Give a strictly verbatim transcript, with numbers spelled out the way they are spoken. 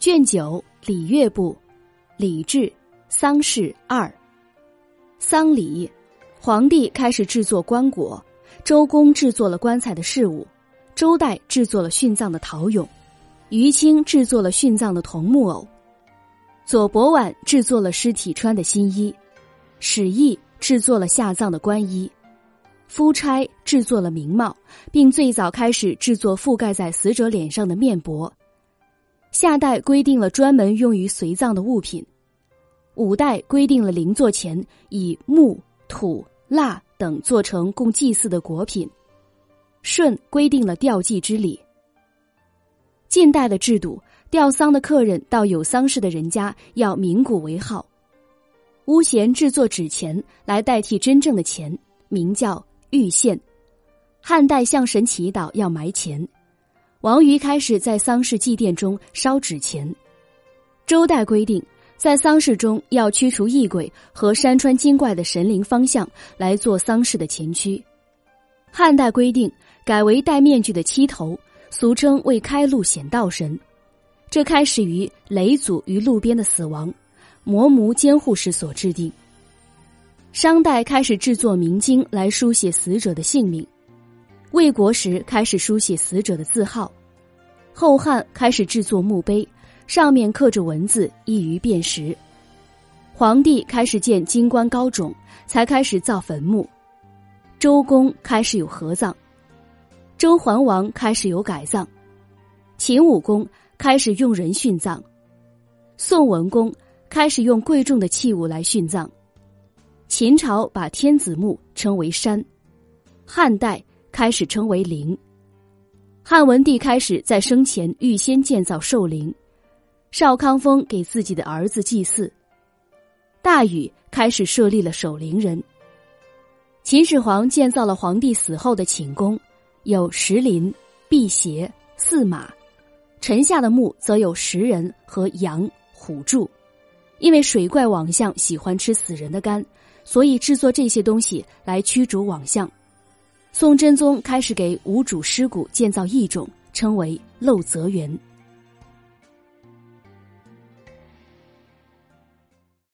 卷九礼乐部，礼制，丧事二。丧礼，皇帝开始制作棺椁，周公制作了棺材的饰物，周代制作了殉葬的陶俑，于清制作了殉葬的铜木偶，左伯婉制作了尸体穿的新衣，史佚制作了下葬的官衣，夫差制作了名帽，并最早开始制作覆盖在死者脸上的面帛。夏代规定了专门用于随葬的物品，五代规定了灵座前以木、土、蜡等做成供祭祀的果品，舜规定了吊祭之礼。近代的制度，吊丧的客人到有丧事的人家要鸣鼓为号，巫咸制作纸钱来代替真正的钱，名叫玉线。汉代向神祈祷要埋钱，王瑜开始在丧事祭奠中烧纸钱。周代规定在丧事中要驱除异鬼和山川精怪的神灵方向来做丧事的前驱。汉代规定改为戴面具的七头，俗称为开路显道神，这开始于雷祖于路边的死亡，魔奴监护时所制定。商代开始制作明经来书写死者的姓名，魏国时开始书写死者的字号，后汉开始制作墓碑，上面刻着文字，易于辨识。皇帝开始建金棺高冢，才开始造坟墓。周公开始有合葬，周桓王开始有改葬，秦武公开始用人殉葬，宋文公开始用贵重的器物来殉葬。秦朝把天子墓称为山，汉代开始称为陵。汉文帝开始在生前预先建造寿陵，少康峰给自己的儿子祭祀。大禹开始设立了守陵人。秦始皇建造了皇帝死后的寝宫，有石林、辟邪、驷马，臣下的墓则有石人和羊、虎柱。因为水怪网象喜欢吃死人的肝，所以制作这些东西来驱逐网象。宋真宗开始给无主尸骨建造异冢，称为漏泽园。